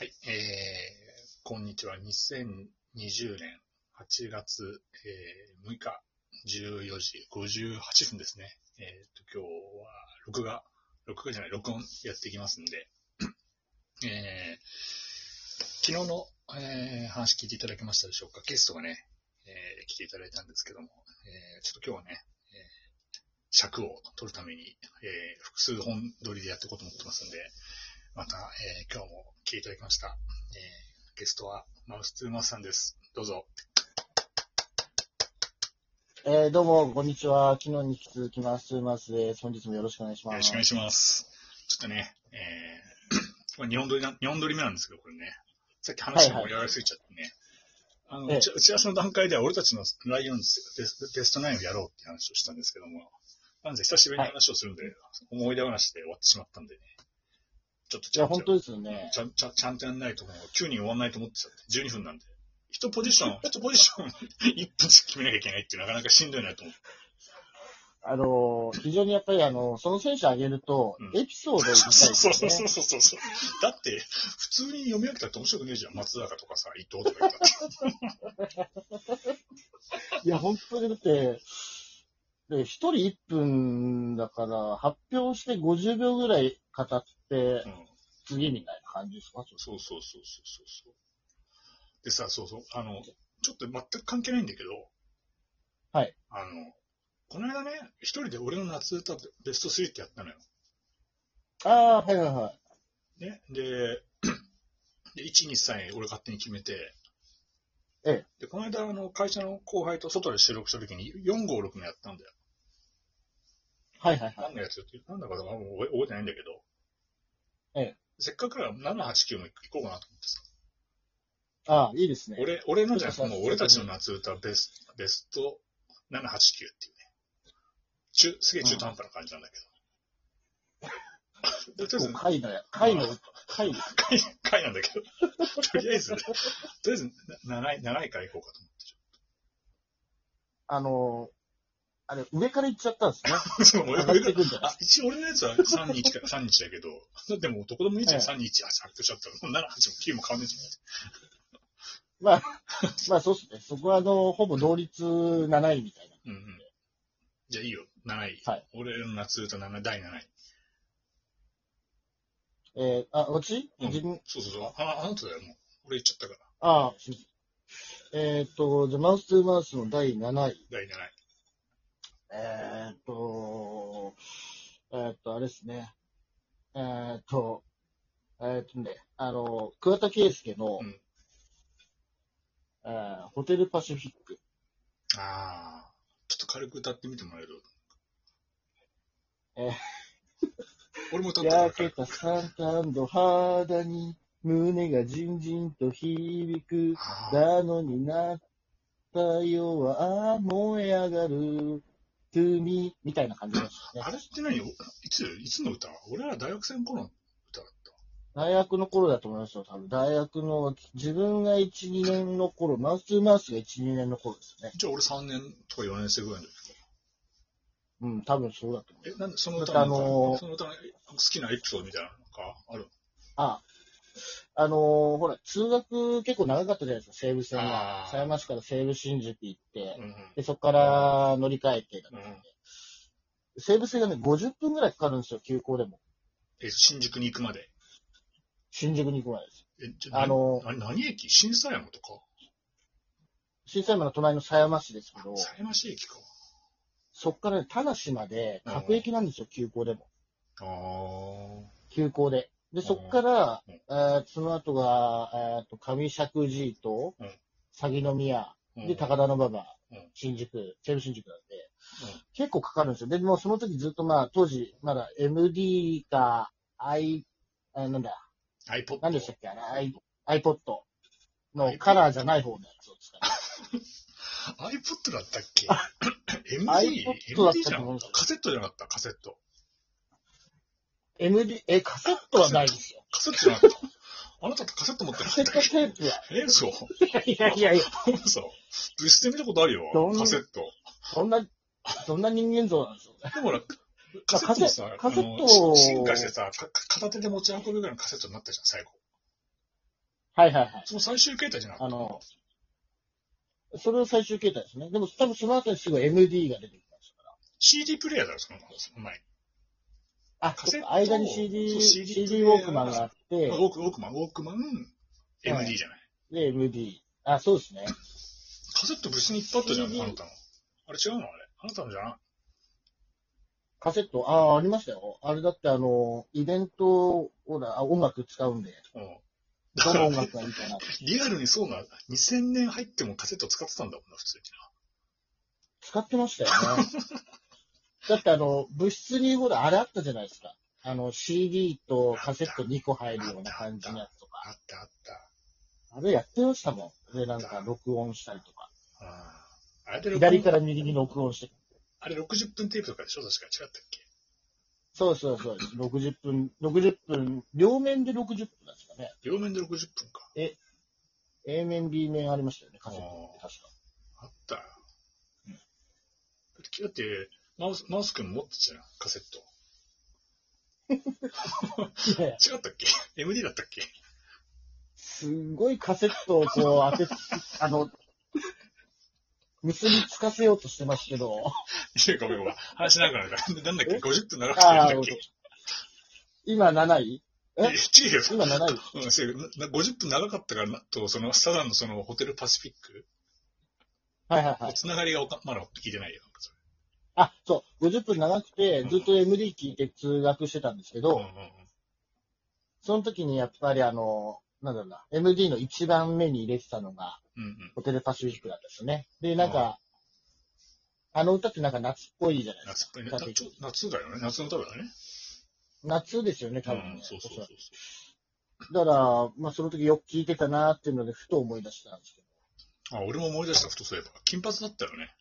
はい、こんにちは。2020年8月、6日14時58分ですね。今日は録音やっていきますんで、昨日の、話聞いていただけましたでしょうか。ゲストがね、来ていただいたんですけども、ちょっと今日はね、尺を取るために、複数本撮りでやっていこうと思ってますんで、また、今日も来ていただきました。ゲストはマウス2マウスさんです。どうぞ。 どうも、こんにちは。昨日に引き続きマウス2マウスです。本日もよろしくお願いします。 よろしくお願いします。ちょっとね、2本撮り目なんですけど、これね、さっき話が盛り上がりすぎちゃってね、打ち合わせの段階では俺たちのライオンズベスト9をやろうって話をしたんですけども、なんで久しぶりに話をするんで、思い出話で終わってしまったんでね。ちょっといや、本当ですよね。 ちゃんとやんないともう9人終わんないと思ってたんで、12分なんで。一ポジション1分しか決めなきゃいけないってなかなかしんどいなと思って。 非常にやっぱりその選手あげると、エピソードを言いたいですね。 そう。だって、普通に読み上げたって面白くねえじゃん。松坂とかさ、伊藤とか言ったって。 いや、本当にだって、一人1分だから、発表して50秒ぐらい語って、次みたいな感じですか？ そう。でさ、ちょっと全く関係ないんだけど、 はい。 この間ね、一人で俺の夏歌ベスト3ってやったのよ。 はい。 ね。で、1、2、3俺勝手に決めて、 で、 この間会社の後輩と外で収録した時に4、5、6もやったんだよ。 はい。 何のやつって、なんだか覚えてないんだけど、せっかくから7、8、9も行こうかなと思ってさ。 いいですね。 俺のじゃなくて、もう俺たちの夏歌ベスト7、8、9っていうね。すげえ中途半端な感じなんだけど。 回なんだけど。とりあえず7位から行こうかと思って。 あれ、上から行っちゃったんですね。 そう、一応俺のやつは3日だけど、でもどこでもいいじゃん、3、2、1、発表しちゃったら、もう7、8も9も変わんねえじゃん。まあそうっすね。そこはほぼ同率7位みたいな。 じゃあいいよ、7位。 はい。 俺の夏歌第7位。 私自分そう。あなただよ、もう。俺言っちゃったから。 すいません。じゃあ、マウス2マウスの第7位。 第7位。 あれですね。桑田佳祐の、ホテルパシフィック。 ちょっと軽く歌ってみてもらえる？俺も歌ったから。 焼けたサンタンド肌に胸がじんじんと響く。だのになったよは燃え上がる。トゥーミーみたいな感じですね。 あれって何？いつの歌？俺ら大学生の頃の歌だった。 大学の頃だと思いますよ、多分。大学の、自分が1、2年の頃、マウス2マウスが1、2年の頃ですね。 じゃあ俺3年とか4年生ぐらいの時か。 多分そうだと思う。 なんでその歌の好きなエピソードみたいなのがある？ ほら、通学結構長かったじゃないですか、西武線が。狭山市から西武新宿行って、で、そこから乗り換えて、西武線がね、50分ぐらいかかるんですよ、急行でも。 新宿に行くまで。 新宿に行くまでです。 何駅？新狭山とか？ 新狭山の隣の狭山市ですけど。 狭山市駅か。 そっからね、田無まで、各駅なんですよ、急行でも。急行で。で、そっから、その後が、上石神井と、鷺宮、で、高田馬場、新宿、西武新宿なんで、結構かかるんですよ。で、もうその時ずっと当時、まだ MD か、なんだ、 iPod。 何でしたっけiPod のカラーじゃない方のやつを使う。iPod だったっけ？ iPod だったと思うんですよ。 カセットじゃなかった？カセット。 カセットはないですよ。 カセットじゃなかった。あなたってカセット持ってなかったっけ？ カセットテープは。 そう。 いや。 そう。物質で見たことあるよ。カセット。 どんな人間像なんですよね。 でもカセットもさ、進化してさ、片手で持ち運ぶぐらいのカセットになったじゃん、最後。 はいはいはい。 その最終形態じゃなかった。 それを最終形態ですね。でも多分その後にすぐ MD が出てきましたから。 CD プレイヤーだろ、その前に。 あ、そっか、間に CD ウォークマンがあって、 ウォークマン、MD じゃない。 で、MD。あ、そうですね。 カセット別にいっぱいあったじゃん、あなたの。あれ違うのあれ。あなたのじゃない。 カセット、ありましたよ。あれだってイベント、音楽使うんで。どの音楽がいいかな。 リアルにそうな、2000年入ってもカセット使ってたんだもんな、普通にな。 使ってましたよね。だって物質にあれあったじゃないですか。CD とカセット2個入るような感じのやつとか。 あった。 あれやってましたもん。で、なんか録音したりとか。 あれで左から右に録音して。 あれ60分テープとかでしょ確か違ったっけ。 そう。60分、両面で60分なんですかね。 両面で60分か。 A 面、B 面ありましたよね、カセットって確か。 あったよ。だって、マウス君持ってたじゃん、カセット。違ったっけ ?MD だったっけ。 すんごいカセットをこう当て、結びつかせようとしてますけど。 ごめん。話しながらなんだっけ ?50 分長くてやったっけ。 今7位違うよ。 今7位。 50分長かったからと、サダンのそのホテルパシフィック。 はい。 つながりがまだ聞いてないよ。 あ、そう。50分長くて、ずっと MD 聞いて通学してたんですけど、その時にやっぱりなんだろうな、MD の一番目に入れてたのが、ホテルパシフィックだったんですよね。で、なんか、歌ってなんか夏っぽいじゃないですか。 夏だよね。夏の歌だよね。 夏ですよね、多分ね。 そう。 だから、まあその時よく聞いてたなーっていうので、ふと思い出したんですけど。俺も思い出した、ふとそういえば。金髪だったよね。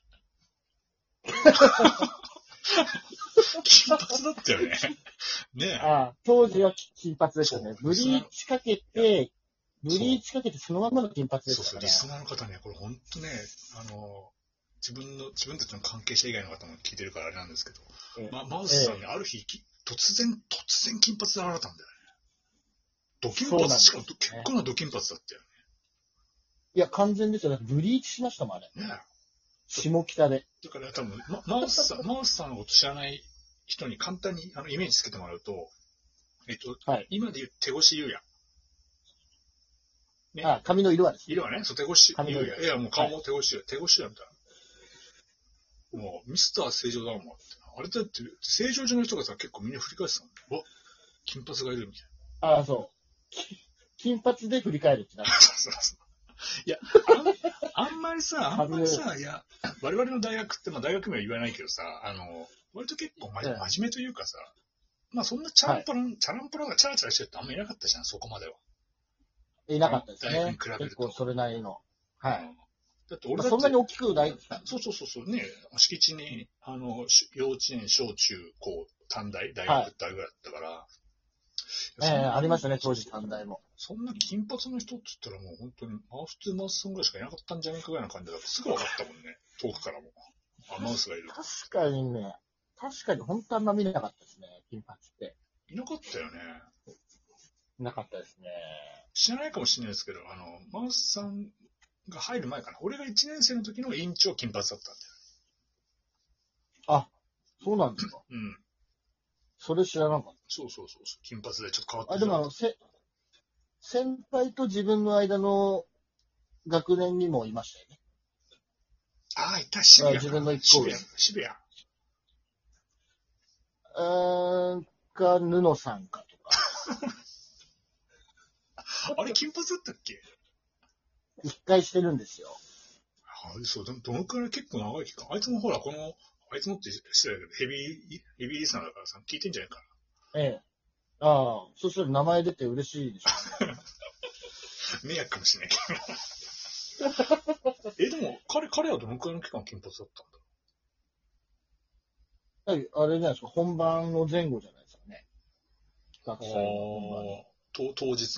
金髪だったよね。ねえ。 当時は金髪でしたね。ブリーチかけてそのままの金髪でしたね。 リスナーの方ね、これ本当ね、自分たちの関係者以外の方も聞いてるからあれなんですけど、マウスさんにある日、突然金髪で現れたんだよね。ドキン髪、しかも結構なドキン髪だったよね。 いや、完全ですよ。ブリーチしましたもん、あれ。ねえ。下北で。 だから多分、マウスさんのこと知らない人に簡単にイメージつけてもらうと、今で言う手越優也。 ね、髪の色はですね。色はね、そう、手越優也。いや、もう顔も手越優也。手越優也みたいな。もう、ミスター正常だもん。あれだって、正常時の人がさ、結構みんな振り返ってたもん。わ、金髪がいるみたいな。 そう。金髪で振り返るってなる。 そう。いや、あんまりさ、いや、我々の大学って、大学名は言わないけどさ、割と結構真面目というかさ、そんなチャランポラがチャラチャラしてるってあんまいなかったじゃん、そこまでは。 いなかったですね。 大学に比べると。 結構それなりの。はい。 だって俺そんなに大きくないですか。 そうね、敷地に、幼稚園、小中高、短大、大学大ぐらいだったから、 ありましたね、当時短大も。 そんな金髪の人って言ったらもう本当に、普通マウスさんぐらいしかいなかったんじゃないかぐらいな感じだから、すぐ分かったもんね、遠くからも。マウスがいる。 確かに本当あんま見なかったですね、金髪って。 いなかったよね。 いなかったですね。 知らないかもしれないですけど、マウスさんが入る前かな。俺が1年生の時の院長金髪だったんだよ。 あ、そうなんですか。 うん。 それ知らなかった。 そう。金髪でちょっと変わってる。 でも先輩と自分の間の学年にもいましたよね。 いた、渋谷。 自分の一個上。 渋谷。 布さんかとか。 あれ、金髪だったっけ？ 一回してるんですよ。 そう、どのくらい結構長い期間。あいつもほら、あいつもって失礼だけど、ヘビーリスナーだからさ、聞いてんじゃないかな。そしたら名前出て嬉しいでしょ。迷惑かもしれないけど。でも、彼はどのくらいの期間金髪だったんだろう。あれじゃないですか、本番の前後じゃないですかね。学祭の本番。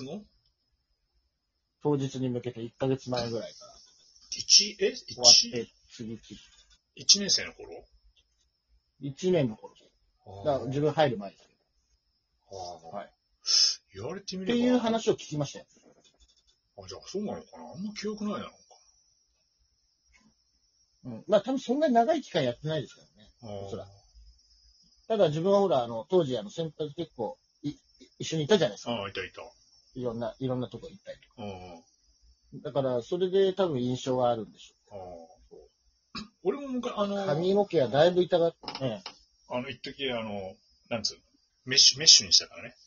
当日に向けて1ヶ月前ぐらいから。終わって次。 1年生の頃 ?1 年の頃。だから自分入る前ですけど。はい。言われてみれば。っていう話を聞きましたよ。 あ、じゃあそうなのかな。あんま記憶ないなのか。 うん。まあ多分そんなに長い期間やってないですからね。おそらく。ただ自分はほら、当時先輩結構一緒にいたじゃないですか。 ああ、いた。 いろんなとこ行ったりとか。 うん。 だから、それで多分印象があるんでしょう。 ああ、そう。俺も昔、 髪の毛はだいぶ痛がって、 一時なんつうの、メッシュにしたからね。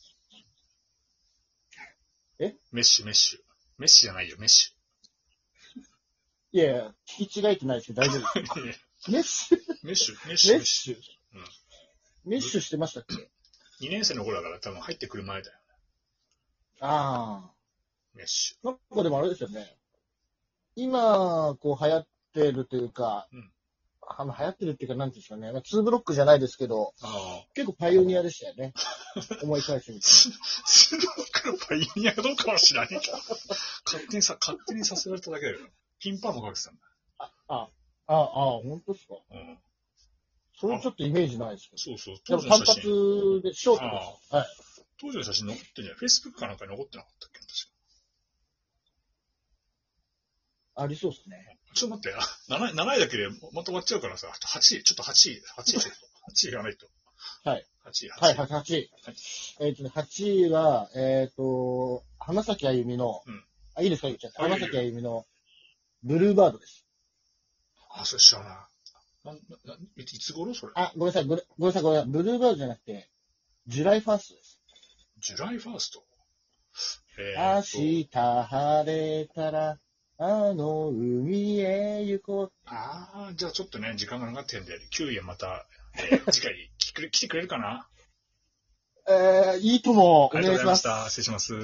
メッシュ。メッシュじゃないよ、メッシいやいや、聞き違えてないですけど大丈夫ですかメッシュメッシュ。 メッシュうん。 メッシュしてましたっけ 2 年生の頃だから多分入ってくる前だよ。 ああ。 メッシュ。 なんかでもあれですよね。今、こう流行ってるというか、 うん流行ってるっていうか、なんていうんですかね。まあ、2ブロックじゃないですけど、結構パイオニアでしたよね。思い返してみて。 2ブロックのパイオニアかどうかは知らないけど、勝手にさせられただけだよ。ピンパンもかけてたんだ。 本当ですか。 うん。 それちょっとイメージないですけど。 そう。 でも単発で、ショートです。はい。 当時の写真残ってんじゃない？ Facebook かなんかに残ってなかったっけ？確か。 ありそうですね。 ちょっと待って、7位だけでまとまっちゃうからさ、8位、ちょっと8位言わないと。 はい。 8位。 はい、8位。8位は、浜崎あゆみの、いいですか言っちゃって。浜崎あゆみの、ブルーバードです。 あ、それ知らない。いつ頃それ？ ごめんなさい。ブルーバードじゃなくて、ジュライファーストです。 ジュライファースト？ 明日晴れたら、海へ行こう。 ああ、じゃあちょっとね、時間がかかってるんで、9位はまた、次回来てくれるかな？ いいとも、お願いします。 ありがとうございました。失礼します。